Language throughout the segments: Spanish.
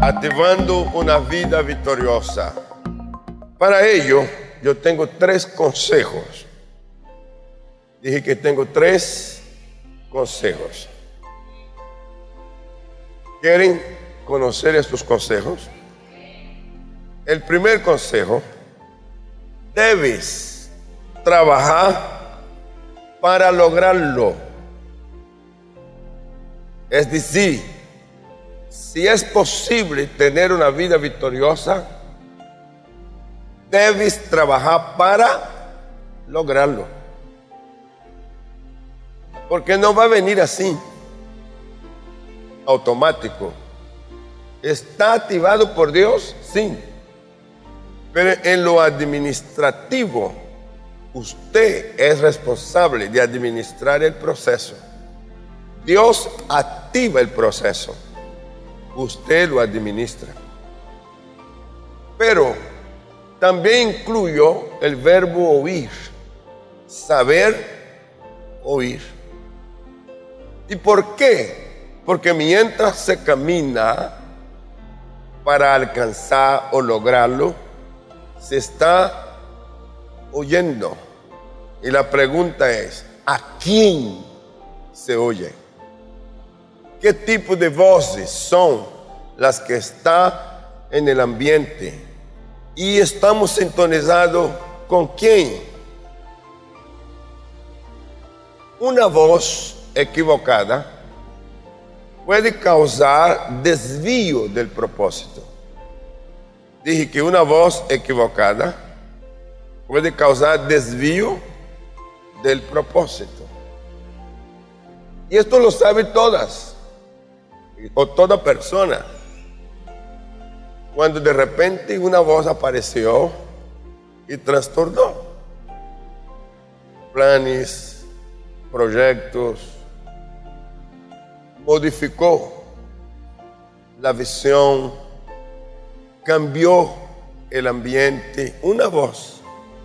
activando una vida victoriosa. Para ello, yo tengo 3 consejos. Dije que tengo 3 consejos. ¿Quieren conocer estos consejos? El primer consejo: debes trabajar para lograrlo. Es decir, si es posible tener una vida victoriosa, debes trabajar para lograrlo. Porque no va a venir así, automático. ¿Está activado por Dios? Sí. Pero en lo administrativo, usted es responsable de administrar el proceso. Dios activa el proceso, usted lo administra. Pero también incluyó el verbo oír, saber oír. ¿Y por qué? Porque mientras se camina para alcanzar o lograrlo, se está oyendo. Y la pregunta es: ¿a quién se oye? ¿Qué tipo de voces son las que están en el ambiente? ¿Y estamos sintonizados con quién? Una voz equivocada puede causar desvío del propósito. Dije que una voz equivocada puede causar desvío del propósito. Y esto lo sabe todas, o toda persona. Cuando de repente una voz apareció y trastornó planes, proyectos, modificó la visión, cambió el ambiente. Una voz.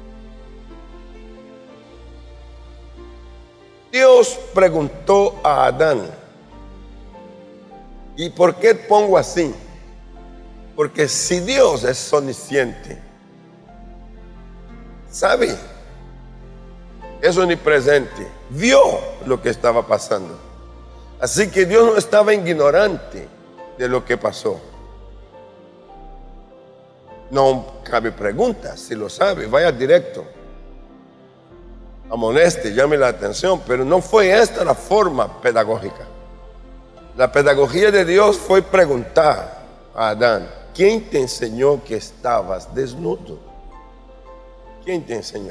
Dios preguntó a Adán: ¿y por qué pongo así? Porque si Dios es omnisciente, sabe, es omnipresente, vio lo que estaba pasando. Así que Dios no estaba ignorante de lo que pasó. No cabe pregunta, si lo sabe, vaya directo, amoneste, llame la atención. Pero no fue esta la forma pedagógica. La pedagogía de Dios fue preguntar a Adán: ¿quién te enseñó que estabas desnudo? ¿Quién te enseñó?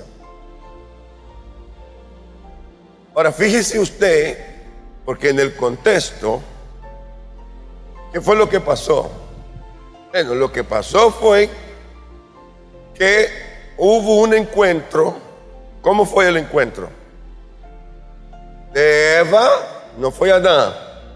Ahora fíjese usted, porque en el contexto, ¿qué fue lo que pasó? Bueno, lo que pasó fue que hubo un encuentro. ¿Cómo fue el encuentro? De Eva, no fue Adán.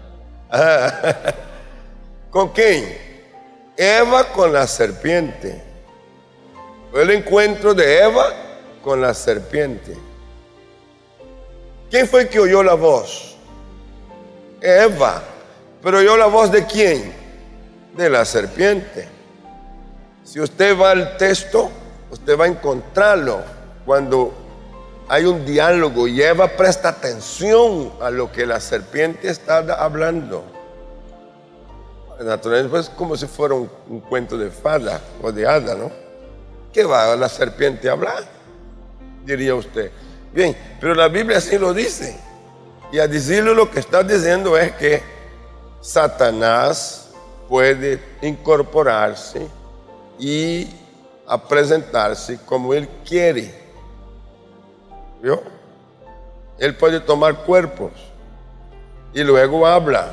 ¿Con quién? Eva con la serpiente. Fue el encuentro de Eva con la serpiente. ¿Quién fue el que oyó la voz? Eva. ¿Pero oyó la voz de quién? De la serpiente. Si usted va al texto, usted va a encontrarlo cuando hay un diálogo y Eva presta atención a lo que la serpiente está hablando. Naturalmente, pues, como si fuera un cuento de fada o de hada, ¿no? ¿Qué va la serpiente a hablar? Diría usted. Bien, pero la Biblia así lo dice. Y a decirlo, lo que está diciendo es que Satanás puede incorporarse y a presentarse como él quiere. ¿Vio? Él puede tomar cuerpos y luego habla.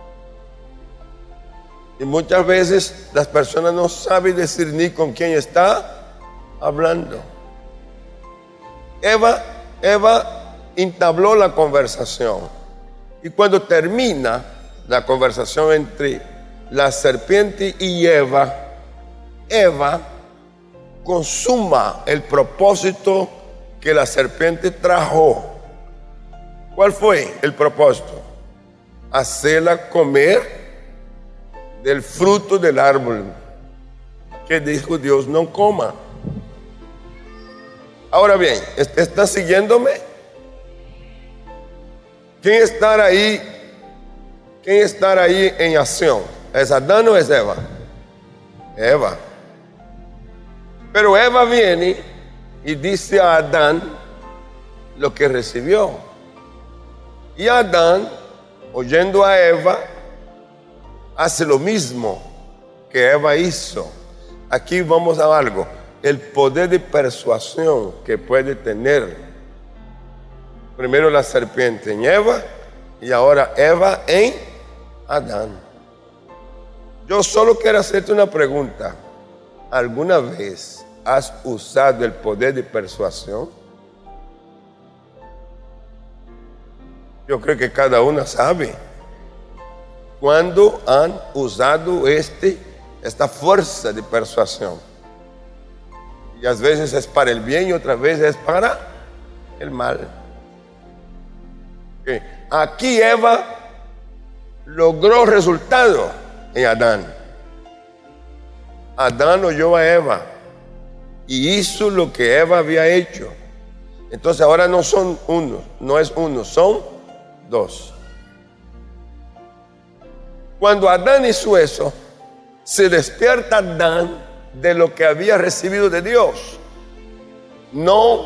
Y muchas veces las personas no saben discernir con quién está hablando. Eva entabló la conversación. Y cuando termina la conversación entre la serpiente y Eva consuma el propósito que la serpiente trajo. ¿Cuál fue el propósito? Hacerla comer del fruto del árbol que dijo Dios no coma. Ahora bien, ¿está siguiéndome? ¿Quién estará ahí? ¿Quién estará ahí en acción? ¿Es Adán o es Eva? Eva. Pero Eva viene y dice a Adán lo que recibió. Y Adán, oyendo a Eva, hace lo mismo que Eva hizo. Aquí vamos a algo. El poder de persuasión que puede tener primero la serpiente en Eva y ahora Eva en Adán. Yo solo quiero hacerte una pregunta. ¿Alguna vez has usado el poder de persuasión? Yo creo que cada uno sabe cuándo han usado esta fuerza de persuasión. Y a veces es para el bien y otras veces es para el mal. Okay. Aquí Eva logró resultado en Adán. Adán oyó a Eva y hizo lo que Eva había hecho. Entonces ahora no son uno, no es uno, son dos. Cuando Adán hizo eso, se despierta Adán de lo que había recibido de Dios. No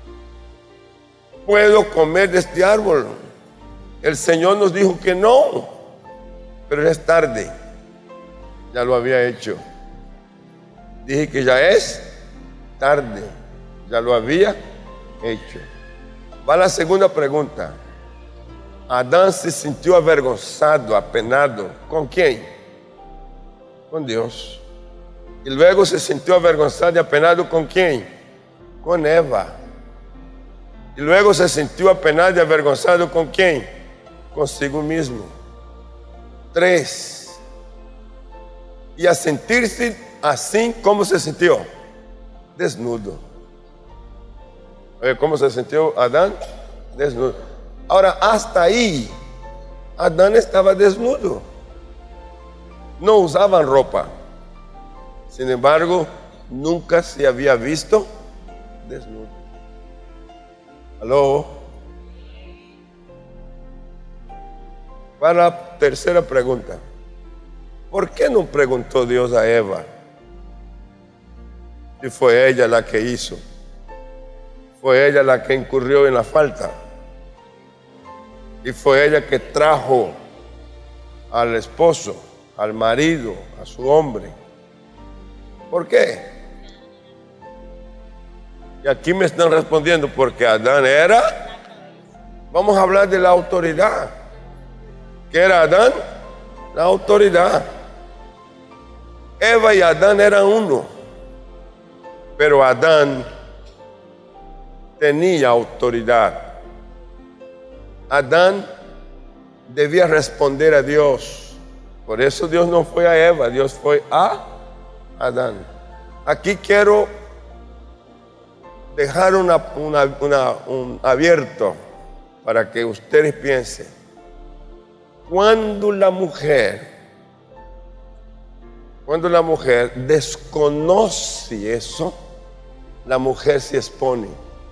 puedo comer de este árbol. El Señor nos dijo que no, pero es tarde. Ya lo había hecho. Dije que ya es tarde. Ya lo había hecho. Va la segunda pregunta. Adán se sintió avergonzado, apenado. ¿Con quién? Con Dios. Y luego se sintió avergonzado y apenado ¿con quién? Con Eva. Y luego se sintió apenado y avergonzado ¿con quién? Consigo mismo. 3. Y a sentirse así, ¿cómo se sintió? Desnudo. ¿Cómo se sintió Adán? Desnudo. Ahora, hasta ahí, Adán estaba desnudo. No usaban ropa. Sin embargo, nunca se había visto desnudo. ¿Aló? Para la tercera pregunta. ¿Por qué no preguntó Dios a Eva? Y fue ella la que hizo. Fue ella la que incurrió en la falta. Y fue ella que trajo al esposo, al marido, a su hombre. ¿Por qué? Y aquí me están respondiendo, porque Adán era... Vamos a hablar de la autoridad. ¿Qué era Adán? La autoridad. Eva y Adán eran uno. Pero Adán tenía autoridad. Adán debía responder a Dios. Por eso Dios no fue a Eva, Dios fue a Adán. Aquí quiero dejar un abierto para que ustedes piensen. Cuando la mujer desconoce eso, la mujer se expone.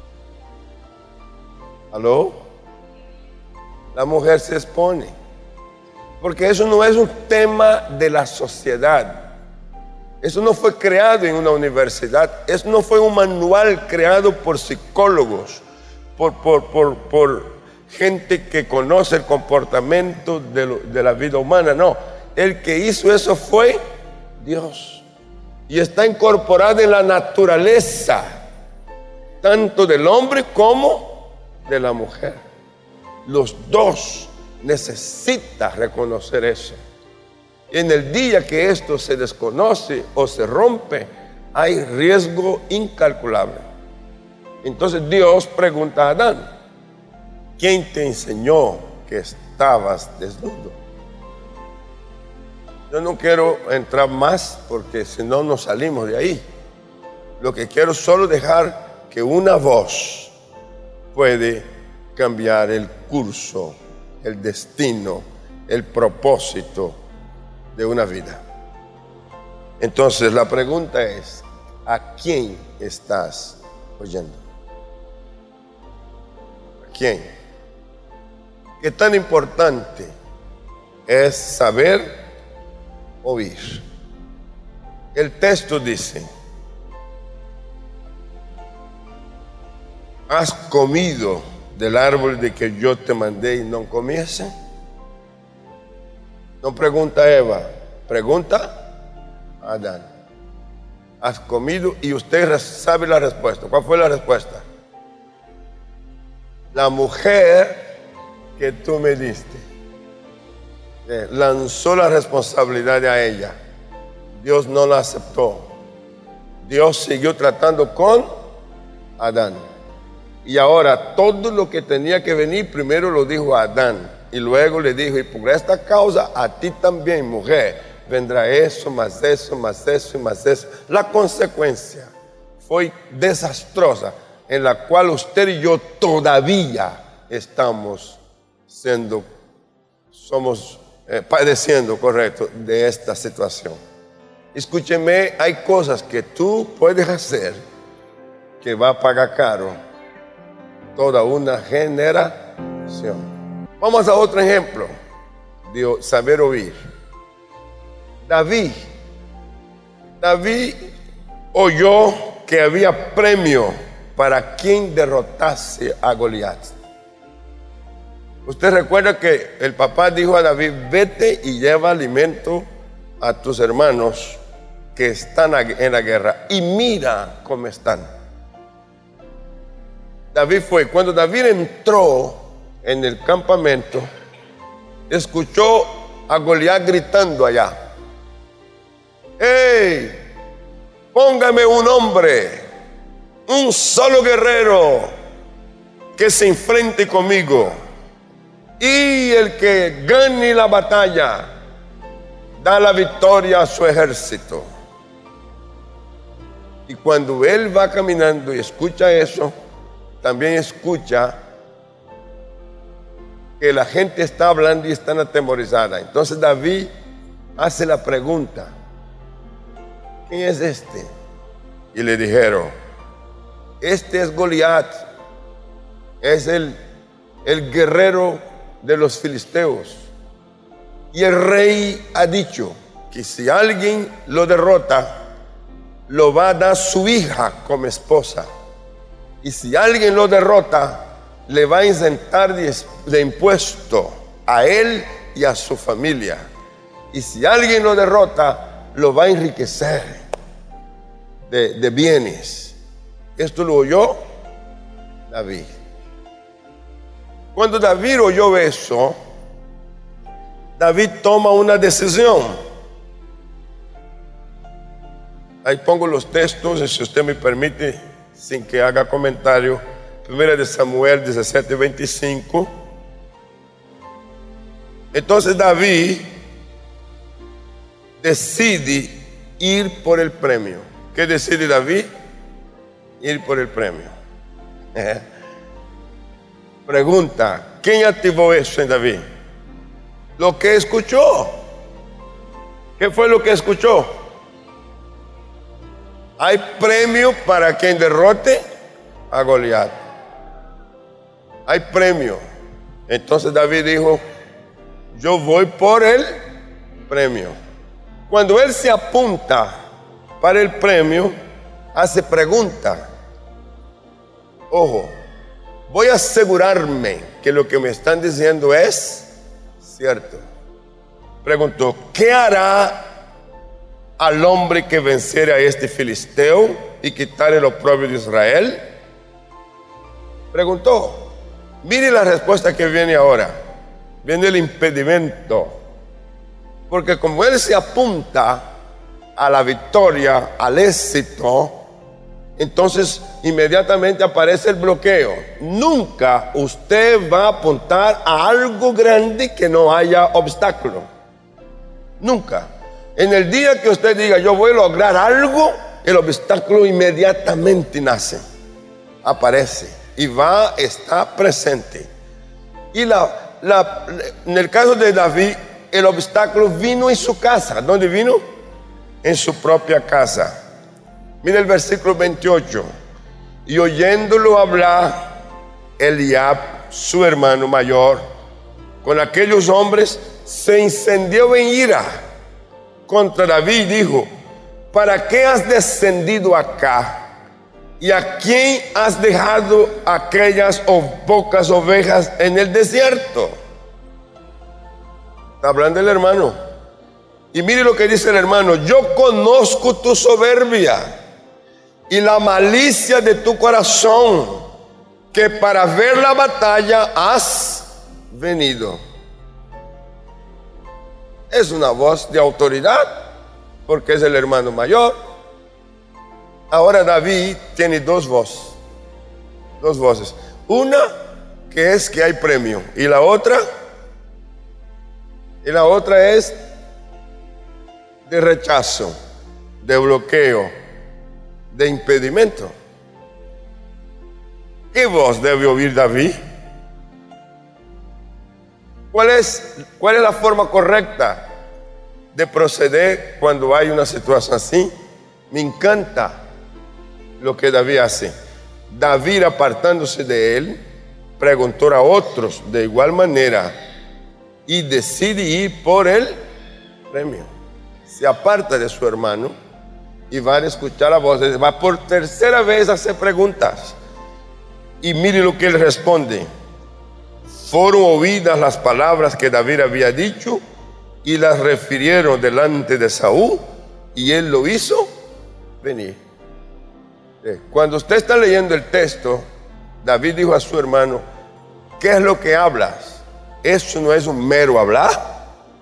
¿Aló? La mujer se expone. Porque eso no es un tema de la sociedad. Eso no fue creado en una universidad. Eso no fue un manual creado por psicólogos, por gente que conoce el comportamiento de la vida humana. No, el que hizo eso fue Dios. Y está incorporado en la naturaleza, tanto del hombre como de la mujer. Los dos necesitan reconocer eso. Y en el día que esto se desconoce o se rompe, hay riesgo incalculable. Entonces Dios pregunta a Adán: ¿quién te enseñó que estabas desnudo? Yo no quiero entrar más porque si no nos salimos de ahí. Lo que quiero es solo dejar que una voz puede cambiar el curso, el destino, el propósito de una vida. Entonces la pregunta es, ¿a quién estás oyendo? ¿A quién? ¿Qué tan importante es saber oír? El texto dice, ¿has comido del árbol de que yo te mandé y no comiese? No pregunta Eva, pregunta Adán. ¿Has comido? Y usted sabe la respuesta. ¿Cuál fue la respuesta? La mujer que tú me diste lanzó la responsabilidad a ella. Dios no la aceptó. Dios siguió tratando con Adán. Y ahora todo lo que tenía que venir primero lo dijo a Adán. Y luego le dijo, y por esta causa a ti también, mujer, vendrá eso, más eso, más eso y más eso. La consecuencia fue desastrosa, en la cual usted y yo todavía estamos padeciendo, correcto, de esta situación. Escúcheme, hay cosas que tú puedes hacer que va a pagar caro toda una generación. Vamos a otro ejemplo de saber oír. David oyó que había premio para quien derrotase a Goliat. Usted recuerda que el papá dijo a David, vete y lleva alimento a tus hermanos que están en la guerra y mira cómo están. David fue. Cuando David entró en el campamento, escuchó a Goliat gritando allá, ¡hey! Póngame un hombre, un solo guerrero que se enfrente conmigo, y el que gane la batalla da la victoria a su ejército. Y cuando él va caminando y escucha eso, también escucha que la gente está hablando y están atemorizada. Entonces David hace la pregunta, ¿quién es este? Y le dijeron, este es Goliat, es el guerrero de los filisteos. Y el rey ha dicho que si alguien lo derrota, lo va a dar su hija como esposa. Y si alguien lo derrota, le va a inyectar de impuesto a él y a su familia. Y si alguien lo derrota, lo va a enriquecer de bienes. Esto lo oyó David. Cuando David oyó eso, David toma una decisión. Ahí pongo los textos, si usted me permite, sin que haga comentario. 1 Samuel 17:25. Entonces David decide ir por el premio. ¿Qué decide David? Ir por el premio. Pregunta, ¿quién activó eso en David? Lo que escuchó. ¿Qué fue lo que escuchó? Hay premio para quien derrote a Goliat. Hay premio. Entonces David dijo, yo voy por el premio. Cuando él se apunta para el premio, hace pregunta. Ojo, voy a asegurarme que lo que me están diciendo es cierto. Preguntó, ¿qué hará al hombre que venciere a este filisteo y quitare el oprobio de Israel? Preguntó. Mire la respuesta que viene ahora. Viene el impedimento. Porque como él se apunta a la victoria, al éxito, entonces inmediatamente aparece el bloqueo. Nunca usted va a apuntar a algo grande que no haya obstáculo. Nunca. En el día que usted diga, yo voy a lograr algo, el obstáculo inmediatamente nace, aparece y está presente. Y en el caso de David, el obstáculo vino en su casa. ¿Dónde vino? En su propia casa. Mira el versículo 28. Y oyéndolo hablar Eliab, su hermano mayor, con aquellos hombres, se incendió en ira contra David y dijo: ¿para qué has descendido acá? ¿Y a quién has dejado aquellas pocas ovejas en el desierto? Está hablando el hermano. Y mire lo que dice el hermano: yo conozco tu soberbia y la malicia de tu corazón, que para ver la batalla has venido. Es una voz de autoridad, porque es el hermano mayor. Ahora David tiene dos voces. Una que es que hay premio, y la otra es de rechazo, de bloqueo, de impedimento. ¿Qué voz debe oír David? ¿Cuál es la forma correcta de proceder cuando hay una situación así? Me encanta lo que David hace. David, apartándose de él, preguntó a otros de igual manera y decide ir por el premio. Se aparta de su hermano y va a escuchar la voz. Va por tercera vez a hacer preguntas. Y mire lo que él responde: fueron oídas las palabras que David había dicho y las refirieron delante de Saúl, y él lo hizo venir. Cuando usted está leyendo el texto, David dijo a su hermano: ¿qué es lo que hablas? Eso no es un mero hablar.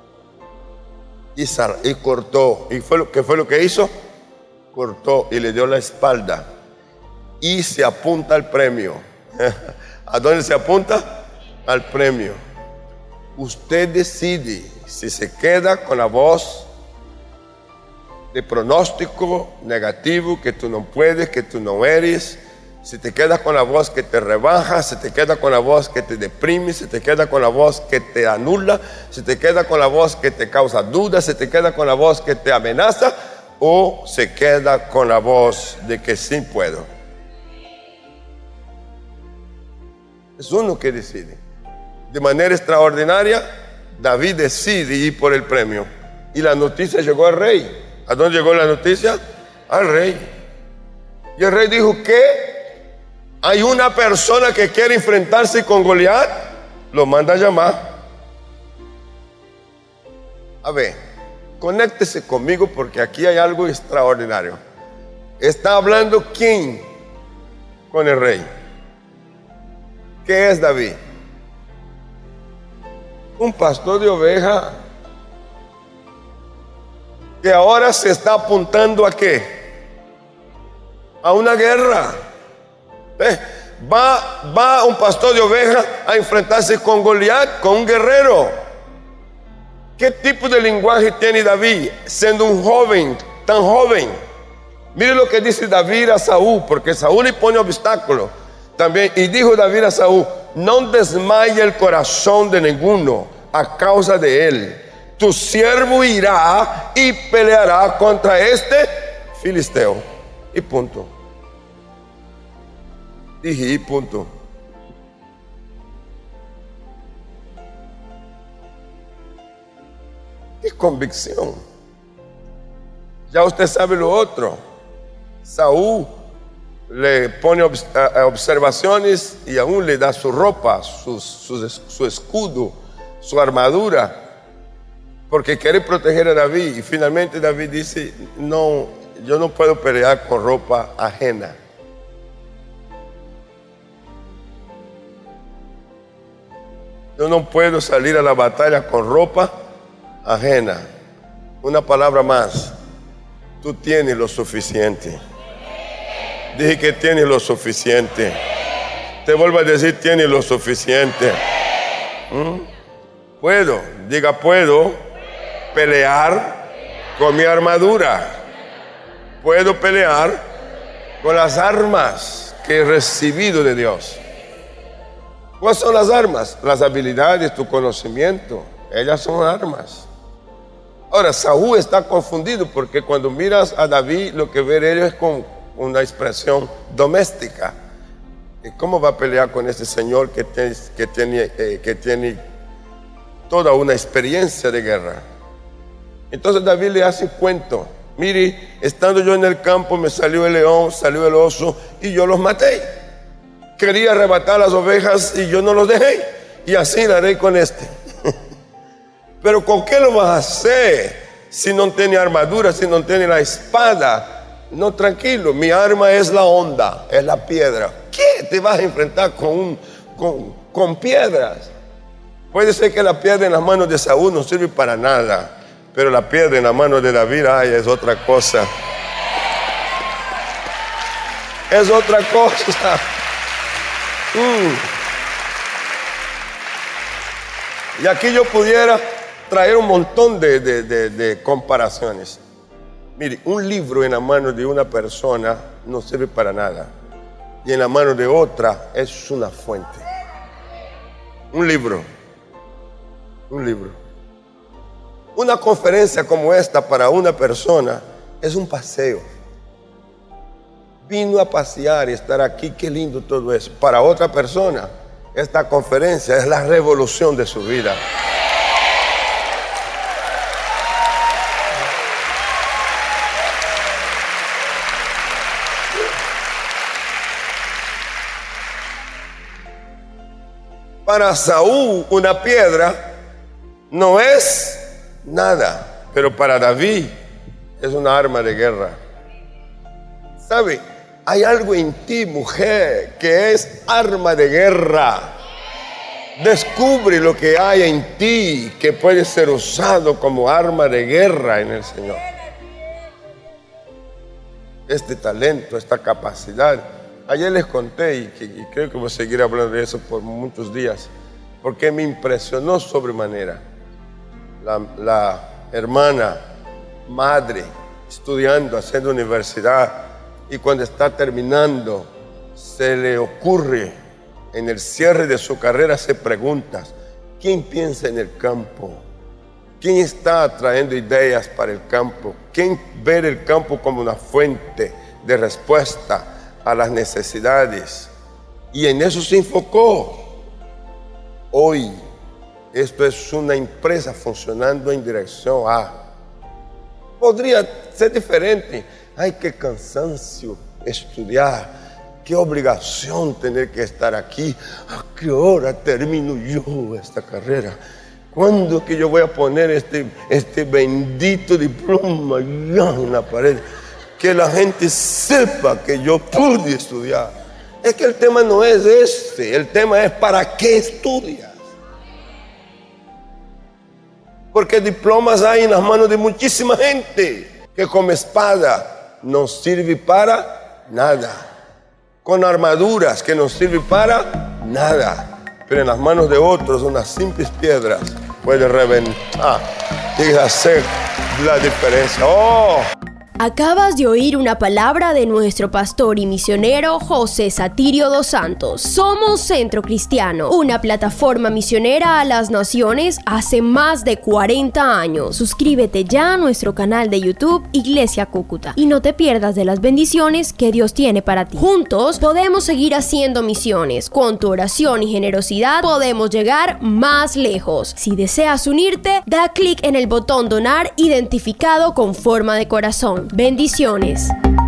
Y cortó. ¿Y qué fue lo que hizo? Cortó y le dio la espalda. Y se apunta al premio. ¿A dónde se apunta? Al premio. Usted decide si se queda con la voz de pronóstico negativo, que tú no puedes, que tú no eres, si te quedas con la voz que te rebaja, si te quedas con la voz que te deprime, si te quedas con la voz que te anula, si te quedas con la voz que te causa dudas, si te quedas con la voz que te amenaza, o se queda con la voz de que sí puedo. Es uno que decide. De manera extraordinaria, David decide ir por el premio, y la noticia llegó al rey. ¿A dónde llegó la noticia? Al rey. Y el rey dijo: ¿qué? Hay una persona que quiere enfrentarse con Goliat. Lo manda a llamar. A ver, conéctese conmigo, porque aquí hay algo extraordinario. ¿Está hablando quién con el rey? ¿Qué es David? Un pastor de ovejas que ahora se está apuntando ¿a qué? A una guerra. Va un pastor de ovejas a enfrentarse con Goliat, con un guerrero. ¿Qué tipo de lenguaje tiene David siendo un joven, tan joven? Mire lo que dice David a Saúl, porque Saúl le pone obstáculos también. Y dijo David a Saúl: no desmaye el corazón de ninguno a causa de él. Tu siervo irá y peleará contra este filisteo. Y punto. Dije, y punto. ¡Qué convicción! Ya usted sabe lo otro. Saúl le pone observaciones y aún le da su ropa, su escudo, su armadura, porque quiere proteger a David. Y finalmente David dice: no, yo no puedo pelear con ropa ajena. Yo no puedo salir a la batalla con ropa ajena. Una palabra más: tú tienes lo suficiente. Dije que tienes lo suficiente. Te vuelvo a decir: tienes lo suficiente. Puedo, diga, puedo pelear con mi armadura. Puedo pelear con las armas que he recibido de Dios. ¿Cuáles son las armas? Las habilidades, tu conocimiento. Ellas son armas. Ahora, Saúl está confundido porque cuando miras a David, lo que ve él es con una expresión doméstica. ¿Cómo va a pelear con este señor que tiene toda una experiencia de guerra? Entonces David le hace cuento. Mire, estando yo en el campo, me salió el león, salió el oso y yo los maté. Quería arrebatar las ovejas y yo no los dejé. Y así la haré con este. Pero ¿con qué lo vas a hacer si no tiene armadura, si no tiene la espada? No, tranquilo, mi arma es la honda, es la piedra. ¿Qué te vas a enfrentar con piedras? Puede ser que la piedra en las manos de Saúl no sirve para nada, pero la piedra en las manos de David, ay, es otra cosa. Es otra cosa. Y aquí yo pudiera traer un montón de comparaciones. Mire, un libro en la mano de una persona no sirve para nada. Y en la mano de otra es una fuente. Un libro. Una conferencia como esta para una persona es un paseo. Vino a pasear y estar aquí, qué lindo todo eso. Para otra persona, esta conferencia es la revolución de su vida. Para Saúl una piedra no es nada, pero para David es una arma de guerra. ¿Sabe? Hay algo en ti, mujer, que es arma de guerra. Descubre lo que hay en ti que puede ser usado como arma de guerra en el Señor. Este talento, esta capacidad. Ayer les conté y creo que voy a seguir hablando de eso por muchos días, porque me impresionó sobremanera. La hermana, madre, estudiando, haciendo universidad, y cuando está terminando, se le ocurre, en el cierre de su carrera, se pregunta, ¿quién piensa en el campo? ¿Quién está trayendo ideas para el campo? ¿Quién ve el campo como una fuente de respuesta a las necesidades? Y en eso se enfocó. Hoy, esto es una empresa funcionando en dirección a. Podría ser diferente. Ay, qué cansancio estudiar, qué obligación tener que estar aquí. ¿A qué hora termino yo esta carrera? ¿Cuándo que yo voy a poner este bendito diploma ya en la pared? Que la gente sepa que yo pude estudiar. Es que el tema no es este, el tema es ¿para qué estudias? Porque diplomas hay en las manos de muchísima gente que como espada no sirve para nada, con armaduras que no sirven para nada, pero en las manos de otros unas simples piedras puede reventar y hacer la diferencia. ¡Oh! Acabas de oír una palabra de nuestro pastor y misionero José Satirio dos Santos. Somos Centro Cristiano, una plataforma misionera a las naciones hace más de 40 años. Suscríbete ya a nuestro canal de YouTube Iglesia Cúcuta y no te pierdas de las bendiciones que Dios tiene para ti. Juntos podemos seguir haciendo misiones. Con tu oración y generosidad podemos llegar más lejos. Si deseas unirte, da clic en el botón donar identificado con forma de corazón. Bendiciones.